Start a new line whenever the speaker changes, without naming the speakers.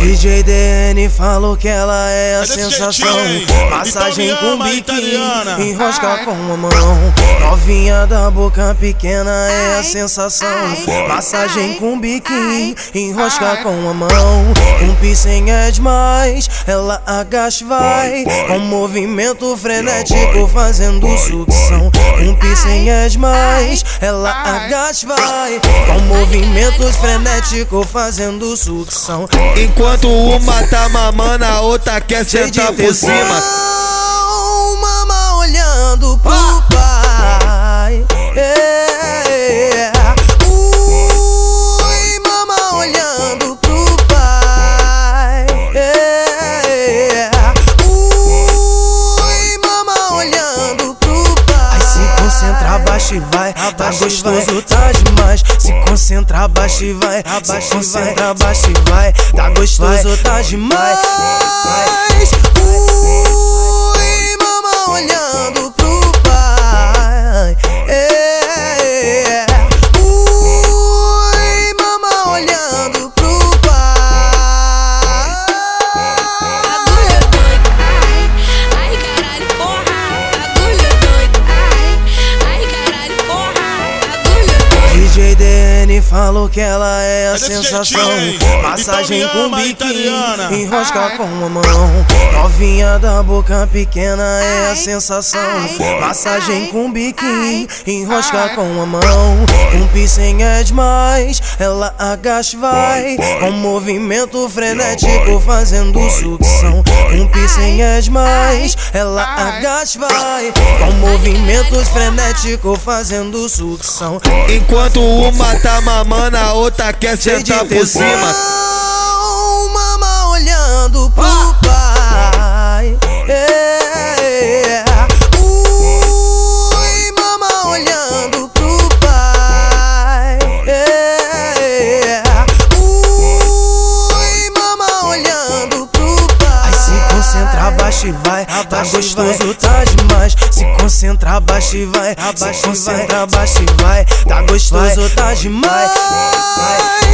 DJ DN falou que ela é a sensação. Massagem com biquíni, enrosca com a mão. Novinha da boca pequena é a sensação. Massagem com biquíni, enrosca com a mão. Um piercing é demais, ela agacha e vai. Com movimento frenético fazendo sucção. Um piercing é demais, ela agacha e vai. Com movimentos frenéticos fazendo sucção.
Enquanto uma tá mamando, a outra quer sentar por cima.
Mama olhando pro pai. Ui, mama olhando pro pai. Ui, mama olhando pro pai. Aí se concentra, abaixa e vai. Tá gostoso, tá demais. Se concentra, abaixa e vai. Se concentra, abaixa e vai. Tá gostoso, tá demais. Ui, mama olhando pro pai. Ui, mama olhando pro pai.
Bagulho doido, ai caralho, porra. Bagulho doido, ai caralho, porra. Bagulho doido.
DJ DN falou que ela é a sensação. Massagem com biquíni, enrosca com a mão. Novinha da boca pequena é a sensação. Massagem com biquíni, enrosca com a mão. Um piercing é demais, ela agacha e vai. Com movimento frenético fazendo sucção. Um piercing é demais, ela agacha e vai. Com movimentos frenéticos fazendo sucção.
Enquanto uma tá mamando, a outra quer sentar por cima.
Mama olhando pro pai. Ui, mama olhando pro pai. Ui, mama olhando pro pai. Aí se concentra, abaixa e vai. Tá gostoso, tá demais. Se concentra, abaixa e vai. Se concentra, abaixa e vai. Tá gostoso, tá demais.